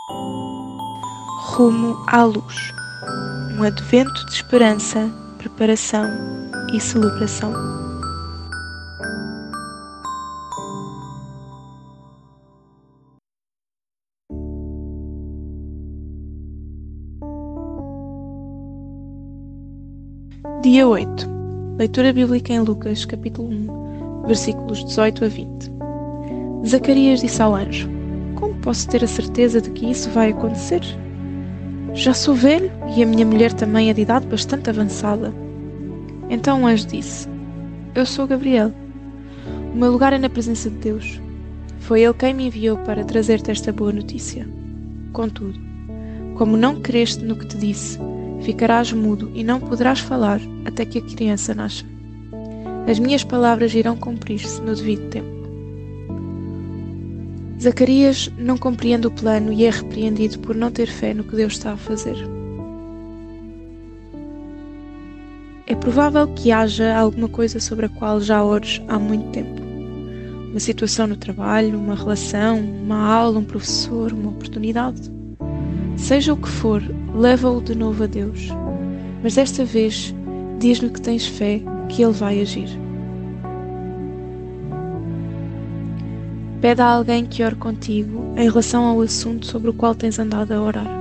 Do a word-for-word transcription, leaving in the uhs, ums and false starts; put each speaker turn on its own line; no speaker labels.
Rumo à luz. Um advento de esperança, preparação e celebração. Dia oito. Leitura bíblica em Lucas, capítulo um, versículos dezoito a vinte. Zacarias disse ao anjo: Como posso ter a certeza de que isso vai acontecer? Já sou velho e a minha mulher também é de idade bastante avançada. Então o anjo disse: Eu sou Gabriel. O meu lugar é na presença de Deus. Foi Ele quem me enviou para trazer-te esta boa notícia. Contudo, como não creste no que te disse, ficarás mudo e não poderás falar até que a criança nasça. As minhas palavras irão cumprir-se no devido tempo. Zacarias não compreende o plano e é repreendido por não ter fé no que Deus está a fazer. É provável que haja alguma coisa sobre a qual já ores há muito tempo. Uma situação no trabalho, uma relação, uma aula, um professor, uma oportunidade. Seja o que for, leva-o de novo a Deus. Mas desta vez, diz-lhe que tens fé que Ele vai agir. Pede a alguém que ore contigo em relação ao assunto sobre o qual tens andado a orar.